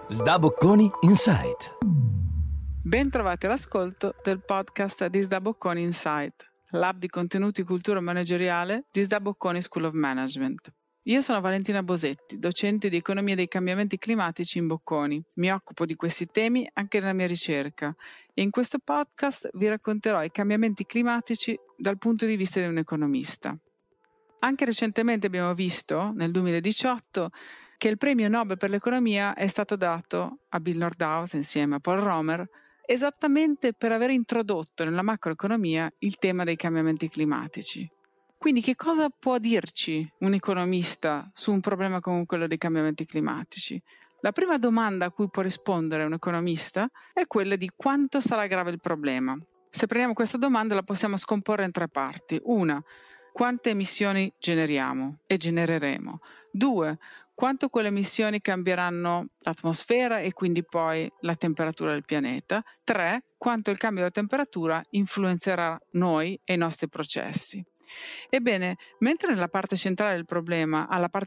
Sdabocconi Insight. Ben trovati all'ascolto del podcast di Sdabocconi Insight, l'hub di contenuti cultura manageriale di Sdabocconi School of Management. Io sono Valentina Bosetti, docente di economia dei cambiamenti climatici in Bocconi. Mi occupo di questi temi anche nella mia ricerca e in questo podcast vi racconterò i cambiamenti climatici dal punto di vista di un economista. Anche recentemente abbiamo visto, nel 2018, che il premio Nobel per l'economia è stato dato a Bill Nordhaus insieme a Paul Romer esattamente per aver introdotto nella macroeconomia il tema dei cambiamenti climatici. Quindi che cosa può dirci un economista su un problema come quello dei cambiamenti climatici? La prima domanda a cui può rispondere un economista è quella di quanto sarà grave il problema. Se prendiamo questa domanda la possiamo scomporre in tre parti. Una, quante emissioni generiamo e genereremo. Due, quanto quelle emissioni cambieranno l'atmosfera e quindi poi la temperatura del pianeta. Tre, quanto il cambio della temperatura influenzerà noi e i nostri processi. Ebbene, mentre alla parte centrale del problema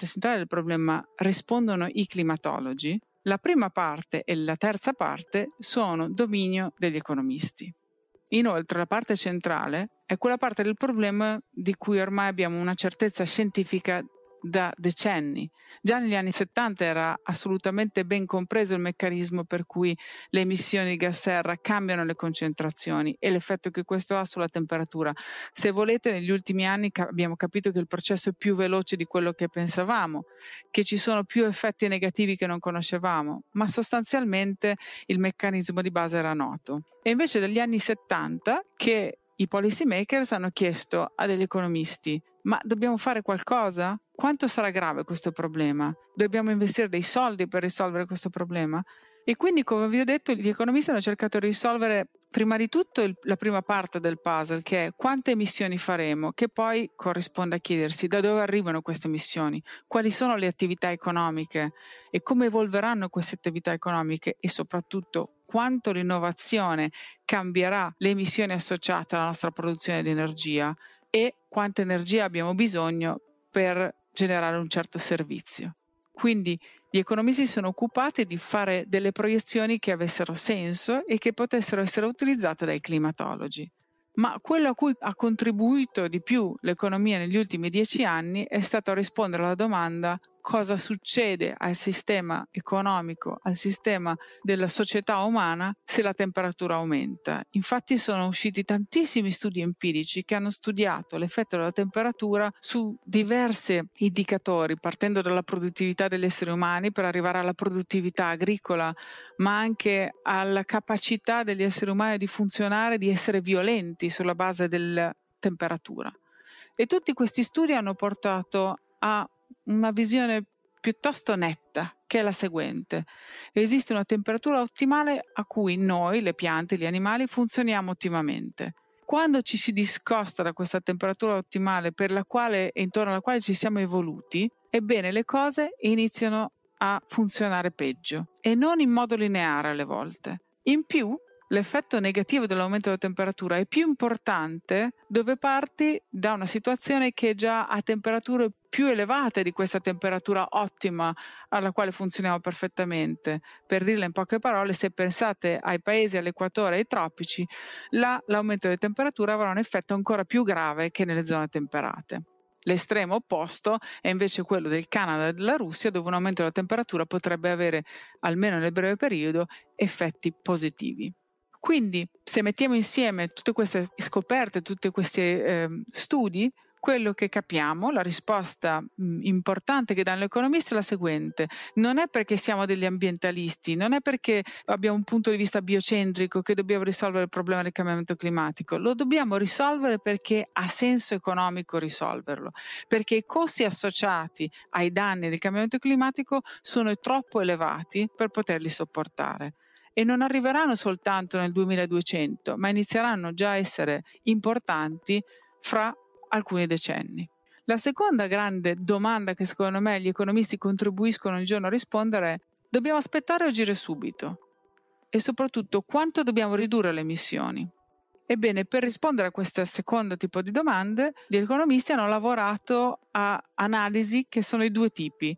rispondono i climatologi, la prima parte e la terza parte sono dominio degli economisti. Inoltre, la parte centrale è quella parte del problema di cui ormai abbiamo una certezza scientifica da decenni. Già negli anni 70 era assolutamente ben compreso il meccanismo per cui le emissioni di gas serra cambiano le concentrazioni e l'effetto che questo ha sulla temperatura. Se volete, negli ultimi anni abbiamo capito che il processo è più veloce di quello che pensavamo, che ci sono più effetti negativi che non conoscevamo, ma sostanzialmente il meccanismo di base era noto. E invece dagli anni 70 che i policy makers hanno chiesto a degli economisti: ma dobbiamo fare qualcosa? Quanto sarà grave questo problema? Dobbiamo investire dei soldi per risolvere questo problema? E quindi, come vi ho detto, gli economisti hanno cercato di risolvere prima di tutto la prima parte del puzzle, che è quante emissioni faremo, che poi corrisponde a chiedersi da dove arrivano queste emissioni, quali sono le attività economiche e come evolveranno queste attività economiche e soprattutto quanto l'innovazione cambierà le emissioni associate alla nostra produzione di energia e quanta energia abbiamo bisogno per generare un certo servizio. Quindi gli economisti si sono occupati di fare delle proiezioni che avessero senso e che potessero essere utilizzate dai climatologi. Ma quello a cui ha contribuito di più l'economia negli ultimi 10 anni è stato rispondere alla domanda: cosa succede al sistema economico, al sistema della società umana se la temperatura aumenta. Infatti sono usciti tantissimi studi empirici che hanno studiato l'effetto della temperatura su diversi indicatori, partendo dalla produttività degli esseri umani per arrivare alla produttività agricola, ma anche alla capacità degli esseri umani di funzionare, di essere violenti sulla base della temperatura. E tutti questi studi hanno portato a una visione piuttosto netta, che è la seguente: esiste una temperatura ottimale a cui noi, le piante, gli animali, funzioniamo ottimamente. Quando ci si discosta da questa temperatura ottimale per la quale e intorno alla quale ci siamo evoluti, ebbene le cose iniziano a funzionare peggio e non in modo lineare alle volte. In più, l'effetto negativo dell'aumento della temperatura è più importante dove parti da una situazione che è già a temperature più elevate di questa temperatura ottima alla quale funzioniamo perfettamente. Per dirla in poche parole, se pensate ai paesi all'equatore e ai tropici, l'aumento delle temperature avrà un effetto ancora più grave che nelle zone temperate. L'estremo opposto è invece quello del Canada e della Russia, dove un aumento della temperatura potrebbe avere, almeno nel breve periodo, effetti positivi. Quindi, se mettiamo insieme tutte queste scoperte, tutti questi studi, quello che capiamo, la risposta importante che danno gli economisti è la seguente: non è perché siamo degli ambientalisti, non è perché abbiamo un punto di vista biocentrico che dobbiamo risolvere il problema del cambiamento climatico, lo dobbiamo risolvere perché ha senso economico risolverlo, perché i costi associati ai danni del cambiamento climatico sono troppo elevati per poterli sopportare. E non arriveranno soltanto nel 2200, ma inizieranno già a essere importanti fra alcuni decenni. La seconda grande domanda che secondo me gli economisti contribuiscono ogni giorno a rispondere è: dobbiamo aspettare o agire subito? E soprattutto, quanto dobbiamo ridurre le emissioni? Ebbene, per rispondere a questo secondo tipo di domande, gli economisti hanno lavorato a analisi che sono di due tipi.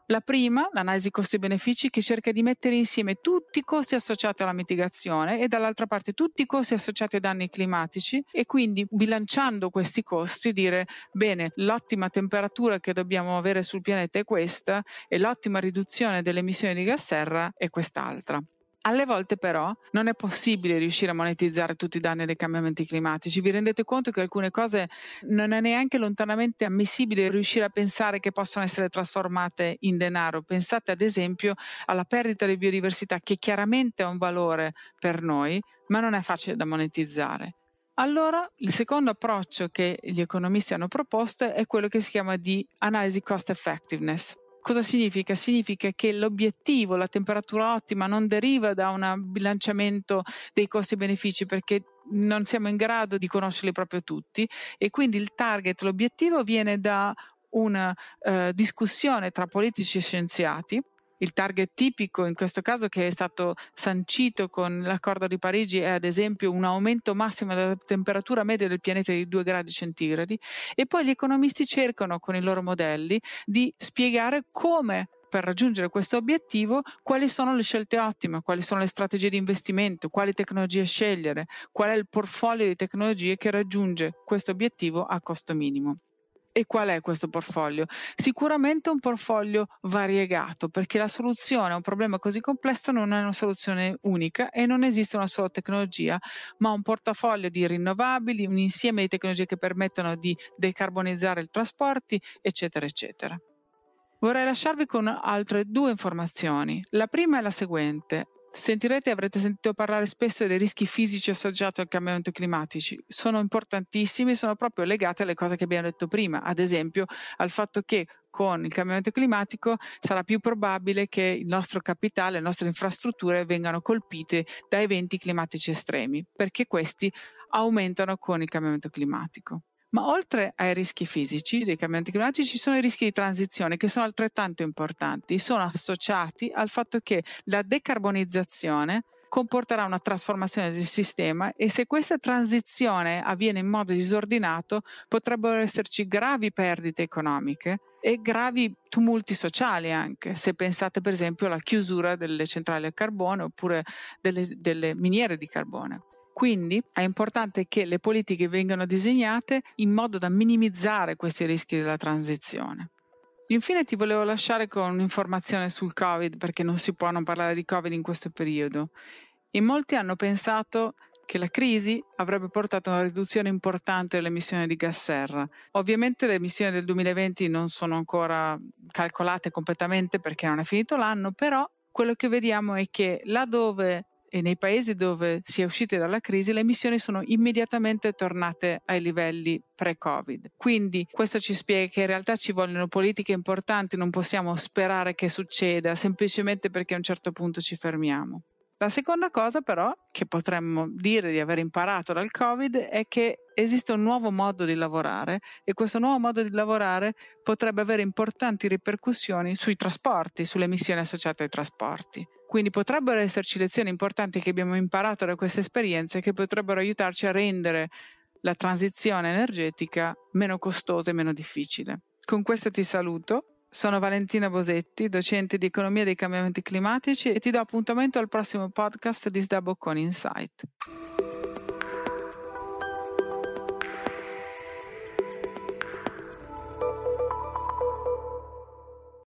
La prima, l'analisi costi-benefici, che cerca di mettere insieme tutti i costi associati alla mitigazione e dall'altra parte tutti i costi associati ai danni climatici, e quindi bilanciando questi costi dire bene, l'ottima temperatura che dobbiamo avere sul pianeta è questa e l'ottima riduzione delle emissioni di gas serra è quest'altra. Alle volte però non è possibile riuscire a monetizzare tutti i danni dei cambiamenti climatici. Vi rendete conto che alcune cose non è neanche lontanamente ammissibile riuscire a pensare che possano essere trasformate in denaro. Pensate ad esempio alla perdita di biodiversità, che chiaramente ha un valore per noi, ma non è facile da monetizzare. Allora, il secondo approccio che gli economisti hanno proposto è quello che si chiama di analisi cost effectiveness. Cosa significa? Significa che l'obiettivo, la temperatura ottima, non deriva da un bilanciamento dei costi-benefici, perché non siamo in grado di conoscerli proprio tutti, e quindi il target, l'obiettivo viene da una discussione tra politici e scienziati. Il target tipico in questo caso, che è stato sancito con l'accordo di Parigi, è ad esempio un aumento massimo della temperatura media del pianeta di 2 gradi centigradi, e poi gli economisti cercano con i loro modelli di spiegare come, per raggiungere questo obiettivo, quali sono le scelte ottime, quali sono le strategie di investimento, quali tecnologie scegliere, qual è il portfolio di tecnologie che raggiunge questo obiettivo a costo minimo. E qual è questo portfolio? Sicuramente un portfolio variegato, perché la soluzione a un problema così complesso non è una soluzione unica e non esiste una sola tecnologia, ma un portafoglio di rinnovabili, un insieme di tecnologie che permettono di decarbonizzare i trasporti, eccetera, eccetera. Vorrei lasciarvi con altre 2 informazioni. La prima è la seguente. Avrete sentito parlare spesso dei rischi fisici associati al cambiamento climatico. Sono importantissimi, sono proprio legati alle cose che abbiamo detto prima, ad esempio al fatto che con il cambiamento climatico sarà più probabile che il nostro capitale, le nostre infrastrutture vengano colpite da eventi climatici estremi, perché questi aumentano con il cambiamento climatico. Ma oltre ai rischi fisici dei cambiamenti climatici ci sono i rischi di transizione, che sono altrettanto importanti. Sono associati al fatto che la decarbonizzazione comporterà una trasformazione del sistema, e se questa transizione avviene in modo disordinato potrebbero esserci gravi perdite economiche e gravi tumulti sociali anche, se pensate per esempio alla chiusura delle centrali a carbone oppure delle miniere di carbone. Quindi è importante che le politiche vengano disegnate in modo da minimizzare questi rischi della transizione. Infine ti volevo lasciare con un'informazione sul Covid, perché non si può non parlare di Covid in questo periodo. In molti hanno pensato che la crisi avrebbe portato a una riduzione importante delle emissioni di gas serra. Ovviamente le emissioni del 2020 non sono ancora calcolate completamente perché non è finito l'anno, però quello che vediamo è che laddove e nei paesi dove si è usciti dalla crisi le emissioni sono immediatamente tornate ai livelli pre-Covid. Quindi questo ci spiega che in realtà ci vogliono politiche importanti, non possiamo sperare che succeda semplicemente perché a un certo punto ci fermiamo. La seconda cosa però che potremmo dire di aver imparato dal Covid è che esiste un nuovo modo di lavorare, e questo nuovo modo di lavorare potrebbe avere importanti ripercussioni sui trasporti, sulle emissioni associate ai trasporti. Quindi potrebbero esserci lezioni importanti che abbiamo imparato da queste esperienze che potrebbero aiutarci a rendere la transizione energetica meno costosa e meno difficile. Con questo ti saluto. Sono Valentina Bosetti, docente di Economia dei Cambiamenti Climatici, e ti do appuntamento al prossimo podcast di SDA Bocconi Insight.